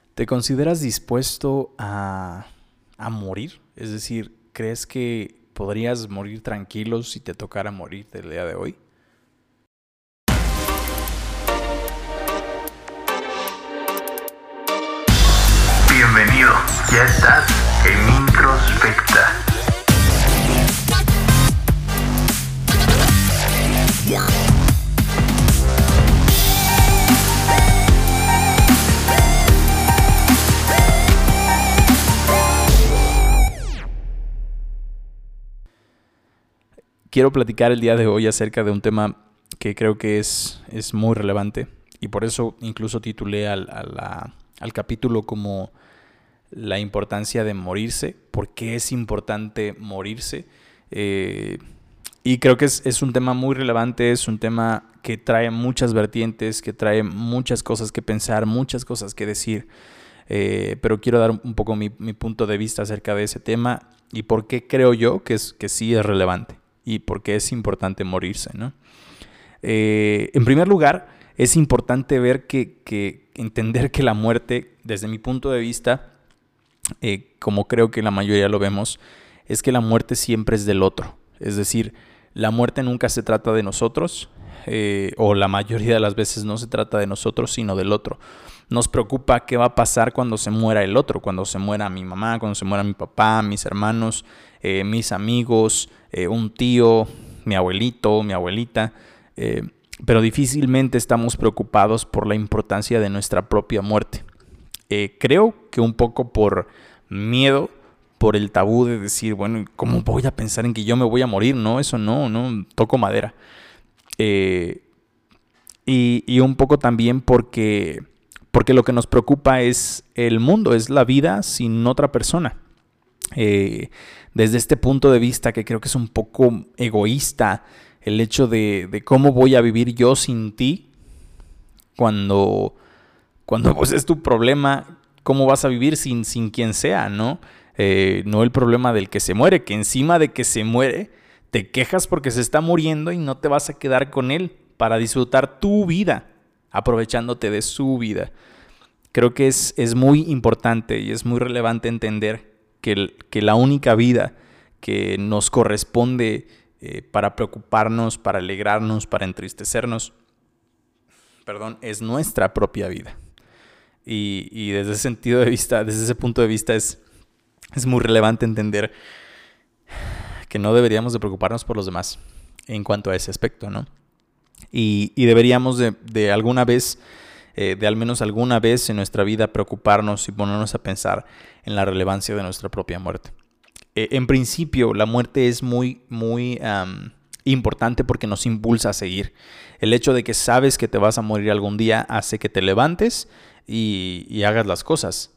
¿Te consideras dispuesto a morir? Es decir, ¿crees que podrías morir tranquilo si te tocara morir del día de hoy? Bienvenido, ya estás en Introspecta. Quiero platicar el día de hoy acerca de un tema que creo que es muy relevante y por eso incluso titulé al capítulo como la importancia de morirse, por qué es importante morirse. Y creo que es un tema muy relevante, es un tema que trae muchas vertientes, que trae muchas cosas que pensar, muchas cosas que decir. Pero quiero dar un poco mi punto de vista acerca de ese tema y por qué creo yo que sí es relevante y por qué es importante morirse, ¿no? En primer lugar, es importante ver entender que la muerte, desde mi punto de vista, como creo que la mayoría lo vemos, es que la muerte siempre es del otro. Es decir, la muerte nunca se trata de nosotros, o la mayoría de las veces no se trata de nosotros, sino del otro. Nos preocupa qué va a pasar cuando se muera el otro, cuando se muera mi mamá, cuando se muera mi papá, mis hermanos, mis amigos, un tío, mi abuelito, mi abuelita, pero difícilmente estamos preocupados por la importancia de nuestra propia muerte. Creo que un poco por miedo, por el tabú de decir, bueno, ¿cómo voy a pensar en que yo me voy a morir? No, eso no, toco madera. Y un poco también porque lo que nos preocupa es el mundo, es la vida sin otra persona. Desde este punto de vista que creo que es un poco egoísta el hecho de cómo voy a vivir yo sin ti cuando pues es tu problema, cómo vas a vivir sin quien sea, ¿no? No el problema del que se muere, que encima de que se muere te quejas porque se está muriendo y no te vas a quedar con él para disfrutar tu vida, aprovechándote de su vida. Creo que es muy importante y es muy relevante entender que la única vida que nos corresponde para preocuparnos, para alegrarnos, para entristecernos, es nuestra propia vida. Y desde ese sentido de vista, desde ese punto de vista es muy relevante entender que no deberíamos de preocuparnos por los demás en cuanto a ese aspecto, ¿no? Y deberíamos de alguna vez, de al menos alguna vez en nuestra vida preocuparnos y ponernos a pensar en la relevancia de nuestra propia muerte. En principio, la muerte es muy importante porque nos impulsa a seguir. El hecho de que sabes que te vas a morir algún día hace que te levantes y hagas las cosas.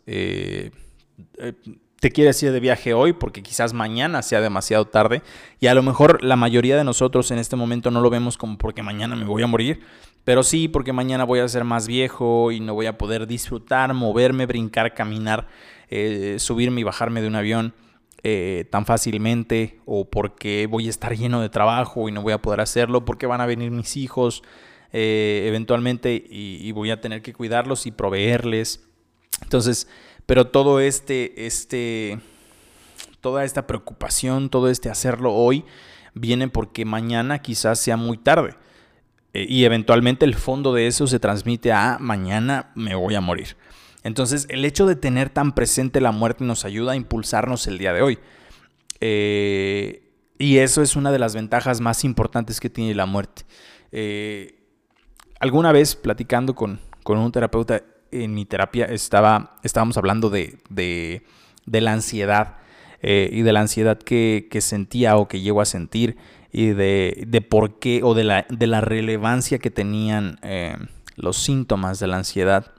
Te quieres ir de viaje hoy porque quizás mañana sea demasiado tarde y a lo mejor la mayoría de nosotros en este momento no lo vemos como porque mañana me voy a morir, pero sí porque mañana voy a ser más viejo y no voy a poder disfrutar, moverme, brincar, caminar, subirme y bajarme de un avión tan fácilmente, o porque voy a estar lleno de trabajo y no voy a poder hacerlo porque van a venir mis hijos eventualmente y voy a tener que cuidarlos y proveerles. Entonces, pero toda esta preocupación, todo este hacerlo hoy, viene porque mañana quizás sea muy tarde. Y eventualmente el fondo de eso se transmite a mañana me voy a morir. Entonces, el hecho de tener tan presente la muerte nos ayuda a impulsarnos el día de hoy. Y eso es una de las ventajas más importantes que tiene la muerte. Alguna vez platicando con un terapeuta, en mi terapia estábamos hablando de la ansiedad y de la ansiedad que sentía o que llego a sentir y de por qué o de la relevancia que tenían los síntomas de la ansiedad.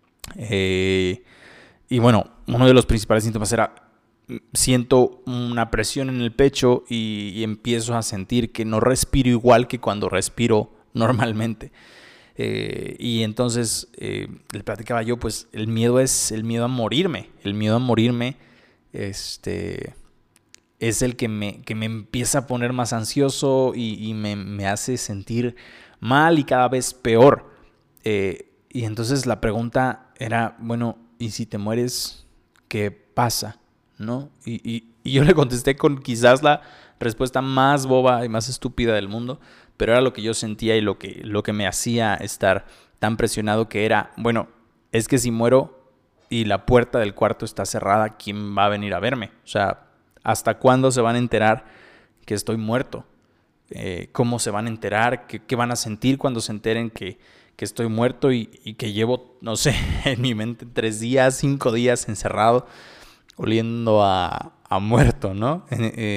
Y bueno, uno de los principales síntomas era siento una presión en el pecho y empiezo a sentir que no respiro igual que cuando respiro normalmente. Y entonces le platicaba yo, pues el miedo es el miedo a morirme. El miedo a morirme es el que me empieza a poner más ansioso y me hace sentir mal y cada vez peor. Y entonces la pregunta era, bueno, ¿y si te mueres, qué pasa? ¿No? Y yo le contesté con quizás la respuesta más boba y más estúpida del mundo, pero era lo que yo sentía y lo que me hacía estar tan presionado, que era, bueno, es que si muero y la puerta del cuarto está cerrada, ¿quién va a venir a verme? O sea, ¿hasta cuándo se van a enterar que estoy muerto? ¿Cómo se van a enterar? ¿Qué van a sentir cuando se enteren que estoy muerto y que llevo, no sé, en mi mente 3 días, 5 días encerrado, oliendo a muerto, ¿no?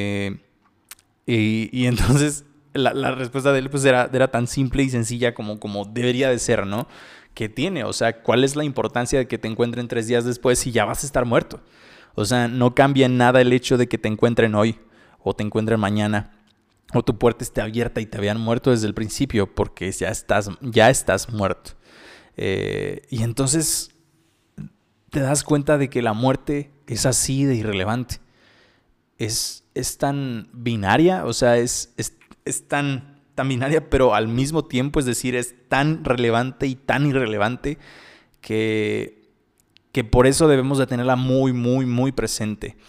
Y entonces la respuesta de él pues era tan simple y sencilla como debería de ser, ¿no? ¿Qué tiene? O sea, ¿cuál es la importancia de que te encuentren 3 días después si ya vas a estar muerto? O sea, no cambia en nada el hecho de que te encuentren hoy o te encuentren mañana, o tu puerta esté abierta y te habían muerto desde el principio, porque ya estás muerto. Y entonces te das cuenta de que la muerte es así de irrelevante. Es tan binaria, o sea, es tan binaria, pero al mismo tiempo, es decir, es tan relevante y tan irrelevante que por eso debemos de tenerla muy, muy, muy presente.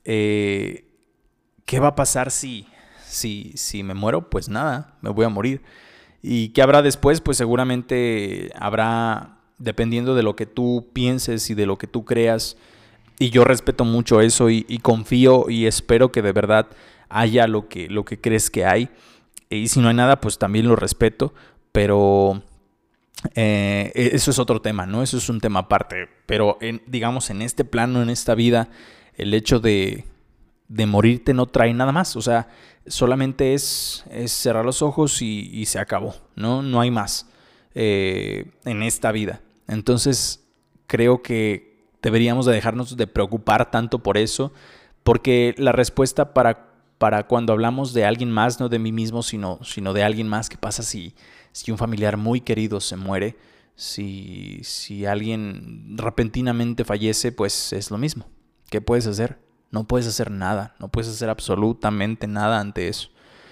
¿Qué va a pasar si me muero? Pues nada, me voy a morir. ¿Y qué habrá después? Pues seguramente habrá, dependiendo de lo que tú pienses y de lo que tú creas. Y yo respeto mucho eso y confío y espero que de verdad haya lo que crees que hay. Y si no hay nada, pues también lo respeto. Pero eso es otro tema, ¿no? Eso es un tema aparte. Pero digamos, en este plano, en esta vida, el hecho de morirte no trae nada más. O sea, solamente es cerrar los ojos y se acabó, ¿no? No hay más en esta vida. Entonces, creo que deberíamos de dejarnos de preocupar tanto por eso, porque la respuesta para cuando hablamos de alguien más, no de mí mismo, sino de alguien más, ¿qué pasa si un familiar muy querido se muere? Si alguien repentinamente fallece, pues es lo mismo. ¿Qué puedes hacer? No puedes hacer nada, no puedes hacer absolutamente nada ante eso.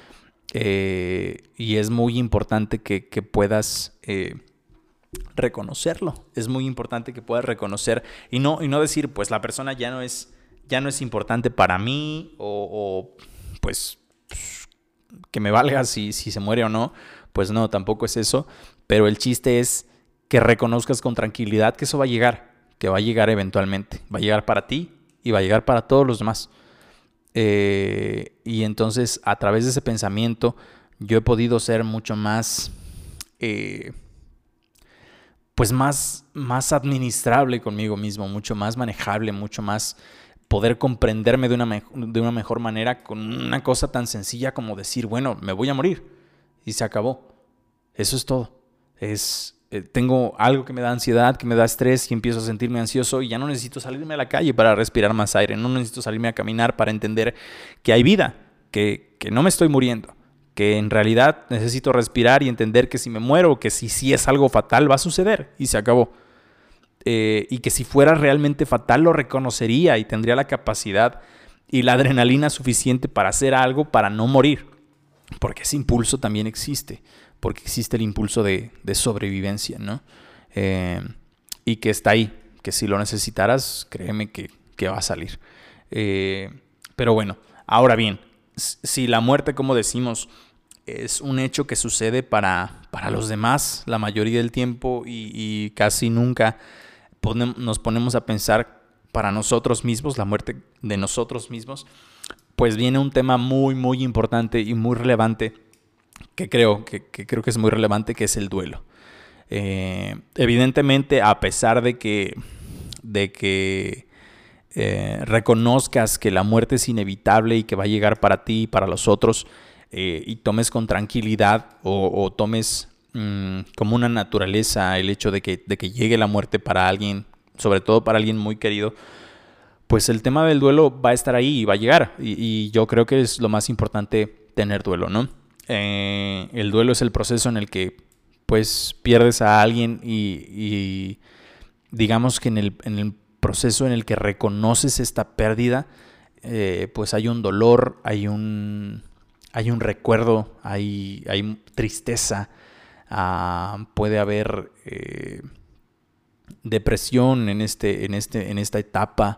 Y es muy importante que puedas reconocerlo. Es muy importante que puedas reconocer y no decir, pues la persona ya no es importante para mí o pues que me valga si se muere o no. Pues no, tampoco es eso. Pero el chiste es que reconozcas con tranquilidad que eso va a llegar, que va a llegar eventualmente. Va a llegar para ti y va a llegar para todos los demás. Y entonces, a través de ese pensamiento, yo he podido ser mucho más, pues más administrable conmigo mismo, mucho más manejable, mucho más poder comprenderme de una mejor manera con una cosa tan sencilla como decir, bueno, me voy a morir y se acabó. Eso es todo. Tengo algo que me da ansiedad, que me da estrés y empiezo a sentirme ansioso y ya no necesito salirme a la calle para respirar más aire, no necesito salirme a caminar para entender que hay vida, que no me estoy muriendo, que en realidad necesito respirar y entender que si me muero, que si es algo fatal va a suceder y se acabó. Y que si fuera realmente fatal lo reconocería y tendría la capacidad y la adrenalina suficiente para hacer algo para no morir, porque ese impulso también existe. Porque existe el impulso de sobrevivencia, ¿no? Y que está ahí, que si lo necesitaras, créeme que va a salir. Pero bueno, ahora bien, si la muerte, como decimos, es un hecho que sucede para los demás la mayoría del tiempo y casi nunca nos ponemos a pensar para nosotros mismos, la muerte de nosotros mismos, pues viene un tema muy, muy importante y muy relevante, que creo que es muy relevante, que es el duelo. Evidentemente, a pesar de que reconozcas que la muerte es inevitable y que va a llegar para ti y para los otros, y tomes con tranquilidad o tomes como una naturaleza el hecho de que llegue la muerte para alguien, sobre todo para alguien muy querido, pues el tema del duelo va a estar ahí y va a llegar. Y yo creo que es lo más importante tener duelo, ¿no? El duelo es el proceso en el que pues pierdes a alguien y digamos que en el proceso en el que reconoces esta pérdida, pues hay un dolor, hay un recuerdo, hay tristeza, puede haber depresión en esta etapa.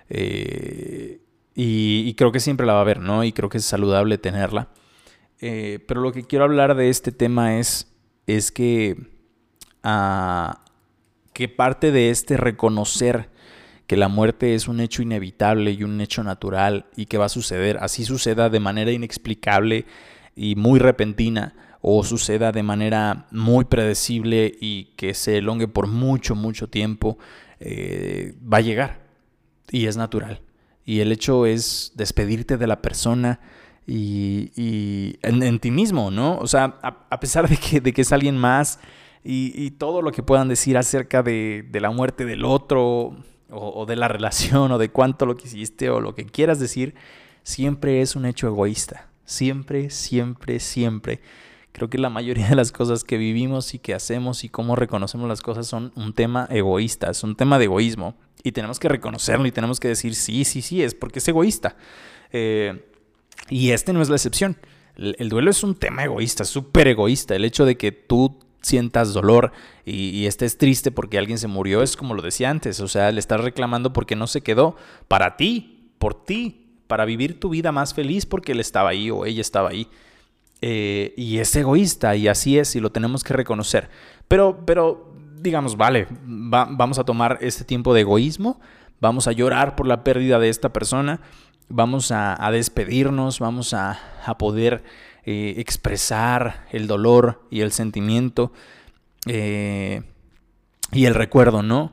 Y creo que siempre la va a haber, ¿no? Y creo que es saludable tenerla. Pero lo que quiero hablar de este tema es que parte de este reconocer que la muerte es un hecho inevitable y un hecho natural y que va a suceder, así suceda de manera inexplicable y muy repentina, o suceda de manera muy predecible y que se elongue por mucho, mucho tiempo, va a llegar y es natural. Y el hecho es despedirte de la persona y en ti mismo, ¿no? O sea, a pesar de que es alguien más y todo lo que puedan decir acerca de la muerte del otro o de la relación o de cuánto lo quisiste o lo que quieras decir, siempre es un hecho egoísta. Siempre, siempre, siempre. Creo que la mayoría de las cosas que vivimos y que hacemos y cómo reconocemos las cosas son un tema egoísta, es un tema de egoísmo. Y tenemos que reconocerlo y tenemos que decir sí, es porque es egoísta. Y no es la excepción. El duelo es un tema egoísta, súper egoísta. El hecho de que tú sientas dolor y estés triste porque alguien se murió es como lo decía antes. O sea, le estás reclamando porque no se quedó para ti, por ti, para vivir tu vida más feliz porque él estaba ahí o ella estaba ahí. Y es egoísta y así es y lo tenemos que reconocer. Pero digamos, vale, vamos a tomar este tiempo de egoísmo, vamos a llorar por la pérdida de esta persona, vamos a despedirnos, vamos a poder expresar el dolor y el sentimiento y el recuerdo, ¿no?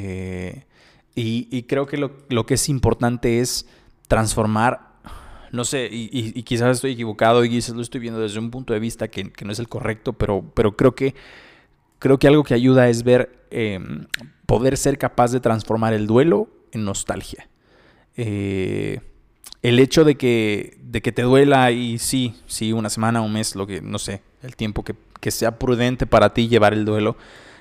Y creo que lo que es importante es transformar. No sé, y quizás estoy equivocado y quizás lo estoy viendo desde un punto de vista que no es el correcto, pero creo que algo que ayuda es ver, poder ser capaz de transformar el duelo en nostalgia. El hecho de que te duela y sí, una semana, un mes, no sé, el tiempo que sea prudente para ti llevar el duelo,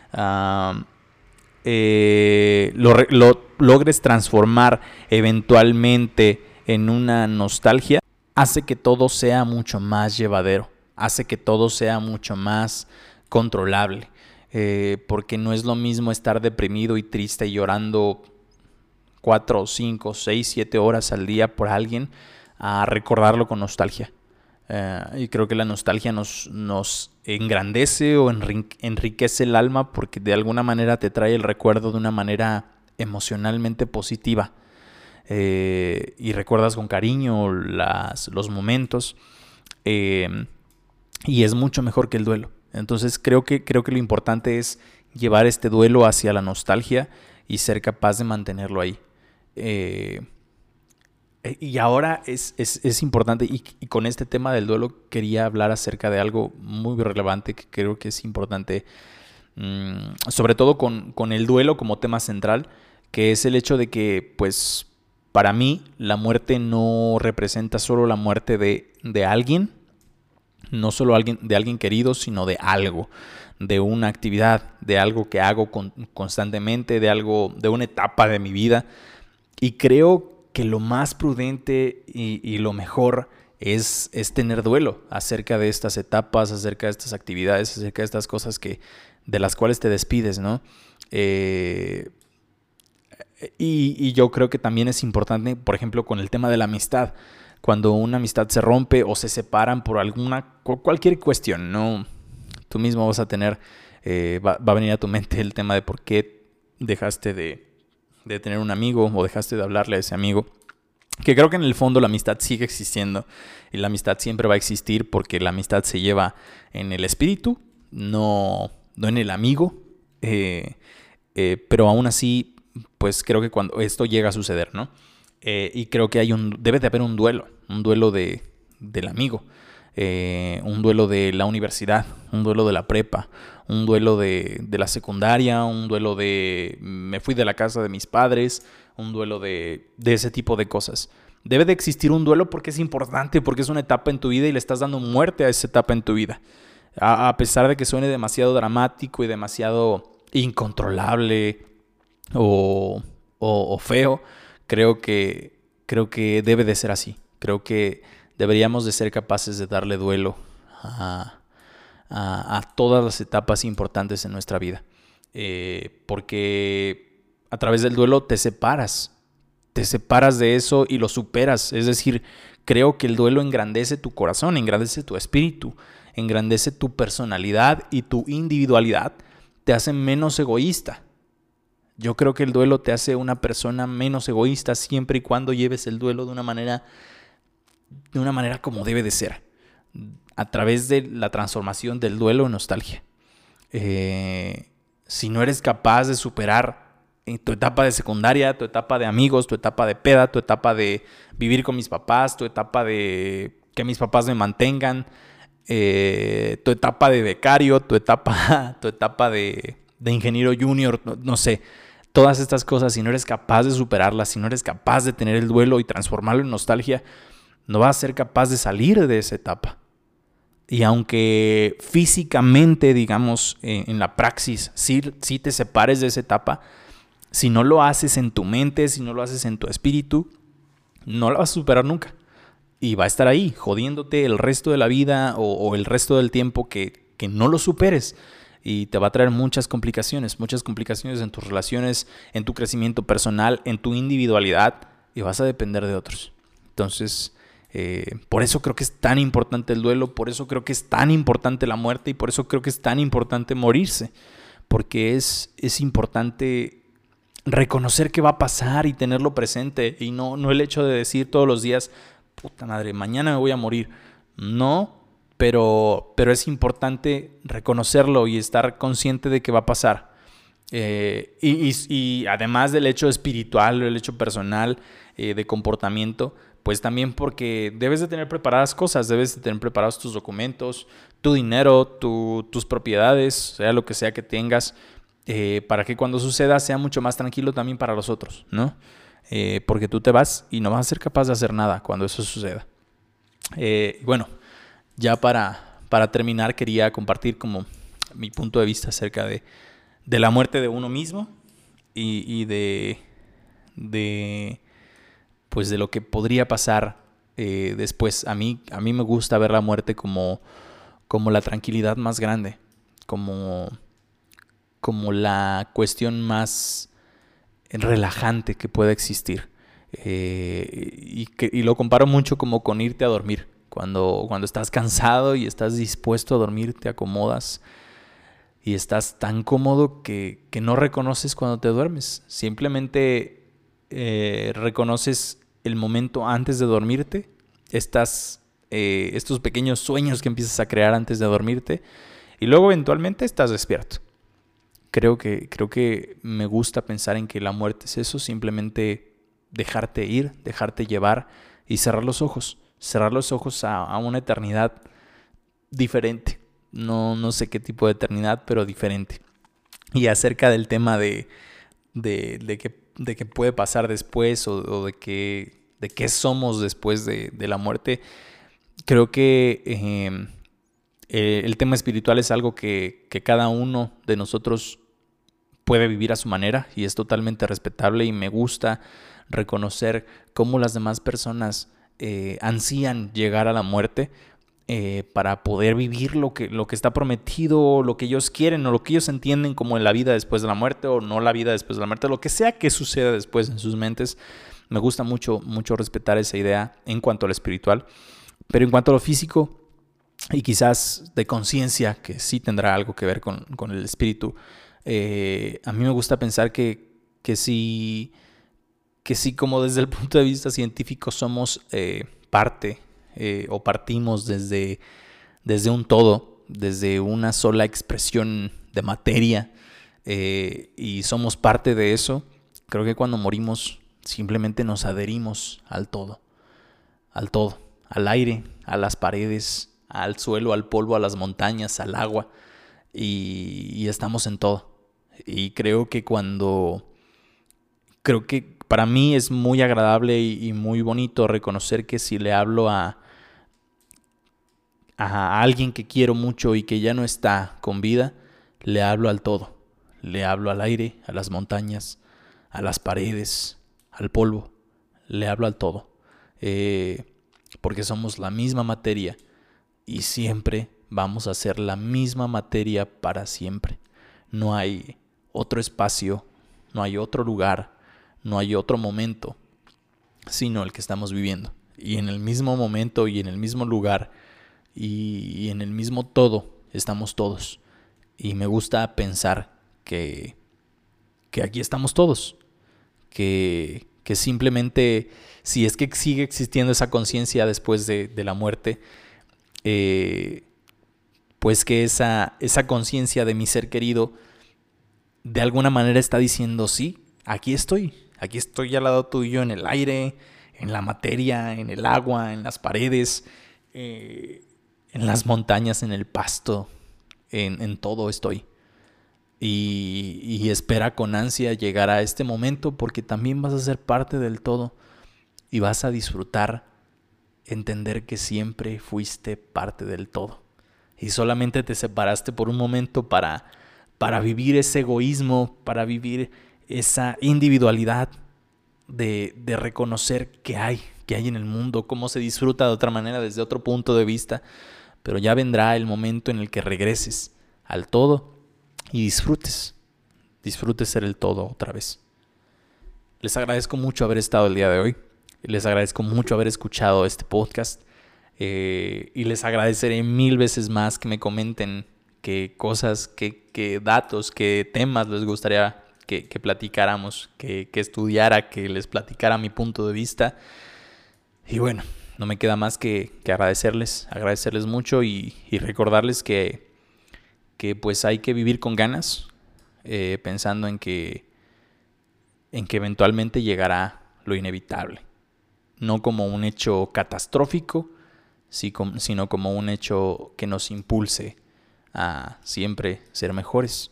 lo logres transformar eventualmente en una nostalgia, hace que todo sea mucho más llevadero, hace que todo sea mucho más controlable, porque no es lo mismo estar deprimido y triste y llorando 4, 5, 6, 7 horas al día por alguien a recordarlo con nostalgia. Y creo que la nostalgia nos engrandece o enriquece el alma porque de alguna manera te trae el recuerdo de una manera emocionalmente positiva. Y recuerdas con cariño los momentos, y es mucho mejor que el duelo. Entonces creo que lo importante es llevar este duelo hacia la nostalgia y ser capaz de mantenerlo ahí. Y ahora es importante, y con este tema del duelo quería hablar acerca de algo muy relevante que creo que es importante, sobre todo con el duelo como tema central, que es el hecho de que, pues, para mí, la muerte no representa solo la muerte de alguien, no solo de alguien querido, sino de algo, de una actividad, de algo que hago constantemente, de una etapa de mi vida. Y creo que lo más prudente y lo mejor es tener duelo acerca de estas etapas, acerca de estas actividades, acerca de estas cosas de las cuales te despides, ¿no? Y yo creo que también es importante, por ejemplo, con el tema de la amistad. Cuando una amistad se rompe o se separan por cualquier cuestión, ¿no? Tú mismo vas a tener, va a venir a tu mente el tema de por qué dejaste de tener un amigo o dejaste de hablarle a ese amigo. Que creo que en el fondo la amistad sigue existiendo y la amistad siempre va a existir porque la amistad se lleva en el espíritu, no en el amigo. Pero aún así, pues creo que cuando esto llega a suceder, ¿no? Y creo que debe de haber un duelo del amigo, un duelo de la universidad, un duelo de la prepa, un duelo de la secundaria, un duelo me fui de la casa de mis padres, un duelo de ese tipo de cosas. Debe de existir un duelo porque es importante, porque es una etapa en tu vida y le estás dando muerte a esa etapa en tu vida. A pesar de que suene demasiado dramático y demasiado incontrolable o feo, creo que debe de ser así. Creo que deberíamos de ser capaces de darle duelo a todas las etapas importantes en nuestra vida. porque a través del duelo te separas de eso y lo superas. Es decir, creo que el duelo engrandece tu corazón, engrandece tu espíritu, engrandece tu personalidad y tu individualidad, te hace menos egoísta. Yo creo que el duelo te hace una persona menos egoísta siempre y cuando lleves el duelo de una manera como debe de ser, a través de la transformación del duelo en nostalgia. Si no eres capaz de superar en tu etapa de secundaria, tu etapa de amigos, tu etapa de peda, tu etapa de vivir con mis papás, tu etapa de que mis papás me mantengan, tu etapa de becario, tu etapa de ingeniero junior, no sé, todas estas cosas, si no eres capaz de superarlas, si no eres capaz de tener el duelo y transformarlo en nostalgia, no vas a ser capaz de salir de esa etapa. Y aunque físicamente, digamos, en la praxis, sí te separes de esa etapa, si no lo haces en tu mente, si no lo haces en tu espíritu, no la vas a superar nunca. Y va a estar ahí, jodiéndote el resto de la vida o el resto del tiempo que no lo superes. Y te va a traer muchas complicaciones en tus relaciones, en tu crecimiento personal, en tu individualidad, y vas a depender de otros. Entonces, por eso creo que es tan importante el duelo, por eso creo que es tan importante la muerte y por eso creo que es tan importante morirse. Porque es importante reconocer qué va a pasar y tenerlo presente, y no el hecho de decir todos los días, puta madre, mañana me voy a morir. No, pero es importante reconocerlo y estar consciente de que va a pasar. Y además del hecho espiritual, el hecho personal, de comportamiento, pues también porque debes de tener preparadas cosas, debes de tener preparados tus documentos, tu dinero, tus propiedades, sea lo que sea que tengas, para que cuando suceda sea mucho más tranquilo también para los otros, ¿no? Porque tú te vas y no vas a ser capaz de hacer nada cuando eso suceda. Bueno, ya para terminar quería compartir como mi punto de vista acerca de la muerte de uno mismo y de pues de lo que podría pasar después. A mí me gusta ver la muerte como la tranquilidad más grande, como la cuestión más relajante que pueda existir. Y lo comparo mucho como con irte a dormir. Cuando estás cansado y estás dispuesto a dormir, te acomodas y estás tan cómodo que no reconoces cuando te duermes. Simplemente reconoces el momento antes de dormirte, estos pequeños sueños que empiezas a crear antes de dormirte, y luego eventualmente estás despierto. Creo que me gusta pensar en que la muerte es eso, simplemente dejarte ir, dejarte llevar y cerrar los ojos a una eternidad diferente. No sé qué tipo de eternidad, pero diferente. Y acerca del tema de qué puede pasar después o de qué somos después de la muerte, creo que el tema espiritual es algo que cada uno de nosotros puede vivir a su manera y es totalmente respetable, y me gusta reconocer cómo las demás personas ansían llegar a la muerte para poder vivir lo que está prometido, lo que ellos quieren o lo que ellos entienden como la vida después de la muerte o no la vida después de la muerte, lo que sea que suceda después en sus mentes. Me gusta mucho respetar esa idea en cuanto a lo espiritual, pero en cuanto a lo físico y quizás de conciencia, que sí tendrá algo que ver con el espíritu, a mí me gusta pensar que sí, como desde el punto de vista científico somos parte o partimos desde un todo, desde una sola expresión de materia, y somos parte de eso. Creo que cuando morimos simplemente nos adherimos al todo, al aire, a las paredes, al suelo, al polvo, a las montañas, al agua, y estamos en todo. Y creo que para mí es muy agradable y muy bonito reconocer que si le hablo a alguien que quiero mucho y que ya no está con vida, le hablo al todo. Le hablo al aire, a las montañas, a las paredes, al polvo. Le hablo al todo. Porque somos la misma materia y siempre vamos a ser la misma materia para siempre. No hay otro espacio, no hay otro lugar, no hay otro momento, sino el que estamos viviendo. Y en el mismo momento y en el mismo lugar y en el mismo todo estamos todos. Y me gusta pensar que aquí estamos todos, que simplemente, si es que sigue existiendo esa conciencia después de la muerte, pues que esa conciencia de mi ser querido de alguna manera está diciendo, sí, aquí estoy al lado tuyo, en el aire, en la materia, en el agua, en las paredes, en las montañas, en el pasto, en todo estoy. Y espera con ansia llegar a este momento, porque también vas a ser parte del todo y vas a disfrutar entender que siempre fuiste parte del todo y solamente te separaste por un momento para vivir ese egoísmo, para vivir esa individualidad de reconocer que hay en el mundo, cómo se disfruta de otra manera, desde otro punto de vista. Pero ya vendrá el momento en el que regreses al todo y disfrutes ser el todo otra vez. Les agradezco mucho haber estado el día de hoy. Les agradezco mucho haber escuchado este podcast. Y les agradeceré 1000 veces más que me comenten qué cosas, qué datos, qué temas les gustaría que platicáramos, que estudiara, que les platicara mi punto de vista. Y bueno, no me queda más que agradecerles mucho y recordarles que pues hay que vivir con ganas, pensando en que eventualmente llegará lo inevitable. No como un hecho catastrófico, sino como un hecho que nos impulse a siempre ser mejores.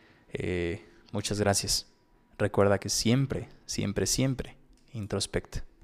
Muchas gracias. Recuerda que siempre, siempre, siempre introspecta.